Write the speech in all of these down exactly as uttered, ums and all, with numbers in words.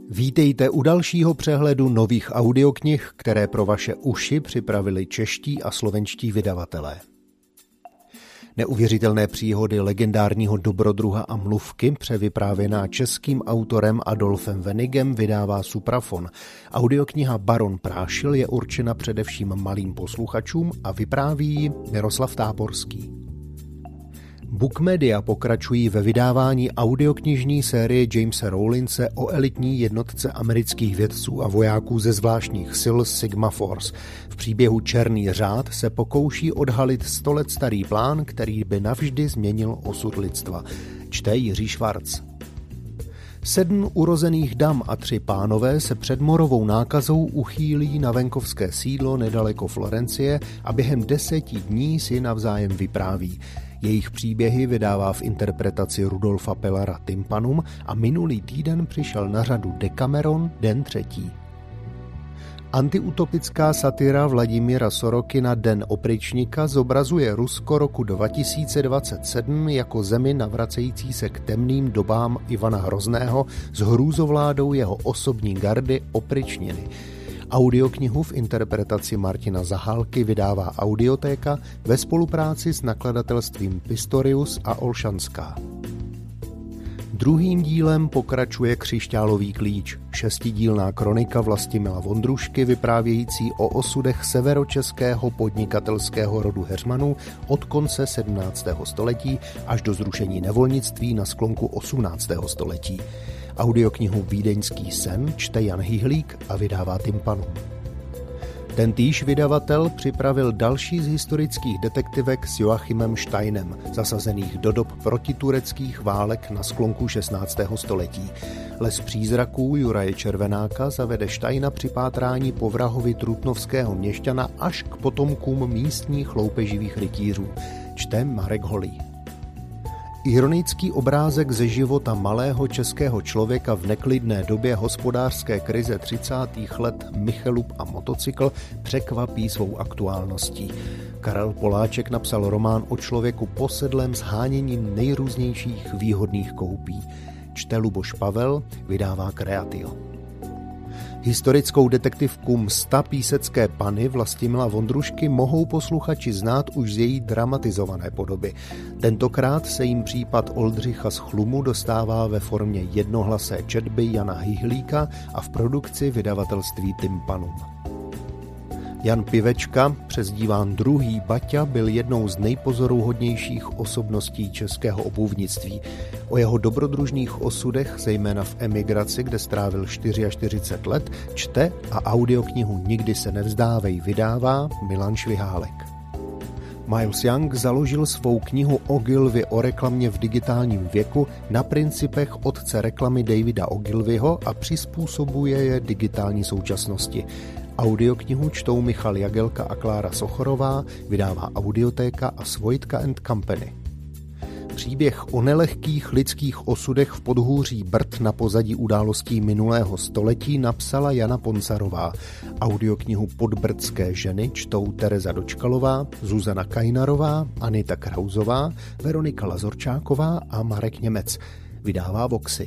Vítejte u dalšího přehledu nových audioknih, které pro vaše uši připravili čeští a slovenští vydavatelé. Neuvěřitelné příhody legendárního dobrodruha a mluvky, převyprávěná českým autorem Adolfem Wenigem, vydává Suprafon. Audiokniha Baron Prášil je určena především malým posluchačům a vypráví ji Miroslav Táborský. Book Media pokračují ve vydávání audioknižní série Jamese Rowlingse o elitní jednotce amerických vědců a vojáků ze zvláštních sil Sigma Force. V příběhu Černý řád se pokouší odhalit sto let starý plán, který by navždy změnil osud lidstva. Čte Jiří Švarc. Sedm urozených dam a tři pánové se před morovou nákazou uchýlí na venkovské sídlo nedaleko Florencie a během deseti dní si navzájem vypráví. Jejich příběhy vydává v interpretaci Rudolfa Pellara Tympanum a minulý týden přišel na řadu Decameron, den třetí. Antiutopická satira Vladimíra Sorokina Den opryčníka zobrazuje Rusko roku dva tisíce dvacet sedm jako zemi navracející se k temným dobám Ivana Hrozného s hrůzovládou jeho osobní gardy opryčniny. Audioknihu v interpretaci Martina Zahálky vydává Audiotéka ve spolupráci s nakladatelstvím Pistorius a Olšanská. Druhým dílem pokračuje Křišťálový klíč, šestidílná kronika Vlastimila Vondrušky vyprávějící o osudech severočeského podnikatelského rodu Heřmanů od konce sedmnáctého století až do zrušení nevolnictví na sklonku osmnáctého století. Audioknihu Vídeňský sen čte Jan Hyhlík a vydává Tympanum. Tentýž vydavatel připravil další z historických detektivek s Joachimem Steinem, zasazených do dob protitureckých válek na sklonku šestnáctého století. Les přízraků Juraje Červenáka zavede Steina při pátrání po vrahovi trutnovského měšťana až k potomkům místních loupeživých rytířů. Čte Marek Holý. Ironický obrázek ze života malého českého člověka v neklidné době hospodářské krize třicátých let Michelup a motocykl překvapí svou aktuálností. Karel Poláček napsal román o člověku posedlém sháněním nejrůznějších výhodných koupí. Čte Luboš Pavel, vydává Kreatio. Historickou detektivku Msta písecké Panny Vlastimila Vondrušky mohou posluchači znát už z její dramatizované podoby. Tentokrát se jim případ Oldřicha z Chlumu dostává ve formě jednohlasé četby Jana Hyhlíka a v produkci vydavatelství Tympanum. Jan Pivečka, přezdíván druhý Baťa, byl jednou z nejpozoruhodnějších osobností českého obuvnictví. O jeho dobrodružných osudech, zejména v emigraci, kde strávil čtyřicet čtyři let, čte a audioknihu Nikdy se nevzdávej vydává Milan Švihálek. Miles Young založil svou knihu Ogilvy o reklamě v digitálním věku na principech otce reklamy Davida Ogilvyho a přizpůsobuje je digitální současnosti. Audioknihu čtou Michal Jagelka a Klára Sochorová, vydává Audiotéka a Svojtka and Company. Příběh o nelehkých lidských osudech v podhůří Brd na pozadí událostí minulého století napsala Jana Poncarová. Audioknihu Podbrdské ženy čtou Tereza Dočkalová, Zuzana Kajnarová, Anita Krauzová, Veronika Lazorčáková a Marek Němec. Vydává Voxy.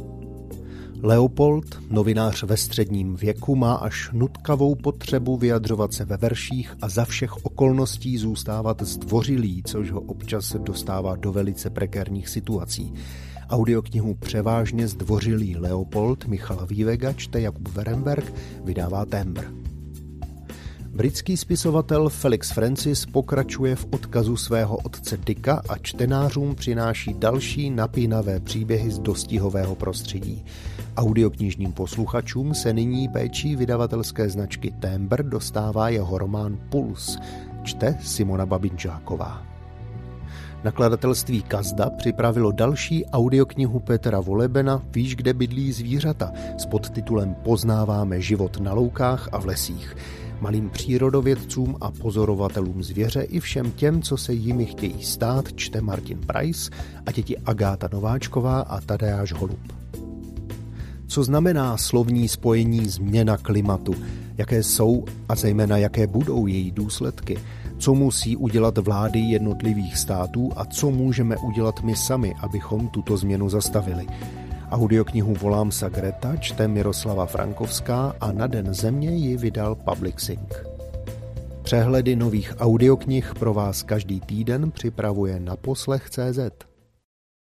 Leopold, novinář ve středním věku, má až nutkavou potřebu vyjadřovat se ve verších a za všech okolností zůstávat zdvořilý, což ho občas dostává do velice prekérních situací. Audioknihu Převážně zdvořilý Leopold Michala Vývega čte Jakub Veremberg, vydává Tembr. Britský spisovatel Felix Francis pokračuje v odkazu svého otce Dicka a čtenářům přináší další napínavé příběhy z dostihového prostředí. Audioknižním posluchačům se nyní péčí vydavatelské značky Tembr dostává jeho román Puls, čte Simona Babinčáková. Nakladatelství Kazda připravilo další audioknihu Petra Volebena Víš, kde bydlí zvířata s podtitulem Poznáváme život na loukách a v lesích. Malým přírodovědcům a pozorovatelům zvěře i všem těm, co se jimi chtějí stát, čte Martin Price a děti Agáta Nováčková a Tadeáš Holub. Co znamená slovní spojení změna klimatu? Jaké jsou a zejména jaké budou její důsledky? Co musí udělat vlády jednotlivých států a co můžeme udělat my sami, abychom tuto změnu zastavili? Audioknihu Volám sa Greta čte Miroslava Frankovská a na Den země ji vydal Publishing. Přehledy nových audioknih pro vás každý týden připravuje naposlech tečka cé zet.